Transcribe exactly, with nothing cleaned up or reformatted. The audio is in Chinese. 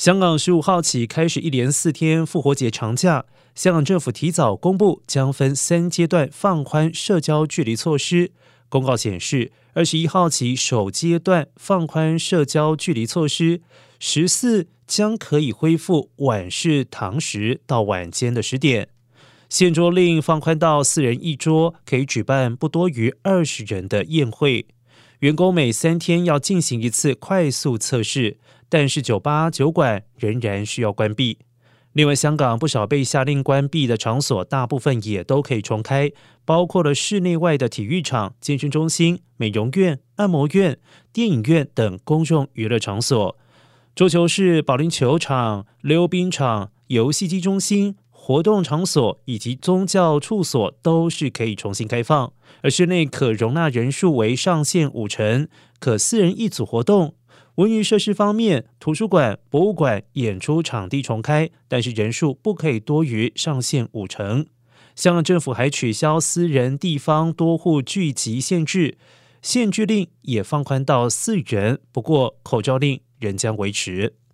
香港十五号起开始一连四天复活节长假，香港政府提早公布将分三阶段放宽社交距离措施。公告显示，二十一号起首阶段放宽社交距离措施，十四将可以恢复晚市堂食到晚间的十点。限桌令放宽到四人一桌，可以举办不多于二十人的宴会。员工每三天要进行一次快速测试，但是酒吧、酒馆仍然需要关闭。另外，香港不少被下令关闭的场所，大部分也都可以重开，包括了室内外的体育场、健身中心、美容院、按摩院、电影院等公众娱乐场所。桌球室、保龄球场、溜冰场、游戏机中心、活动场所以及宗教处所都是可以重新开放，而室内可容纳人数为上限五成，可四人一组活动。文娱设施方面，图书馆、博物馆、演出场地重开，但是人数不可以多于上限五成。香港政府还取消私人地方多户聚集限制，限聚令也放宽到四人，不过口罩令仍将维持。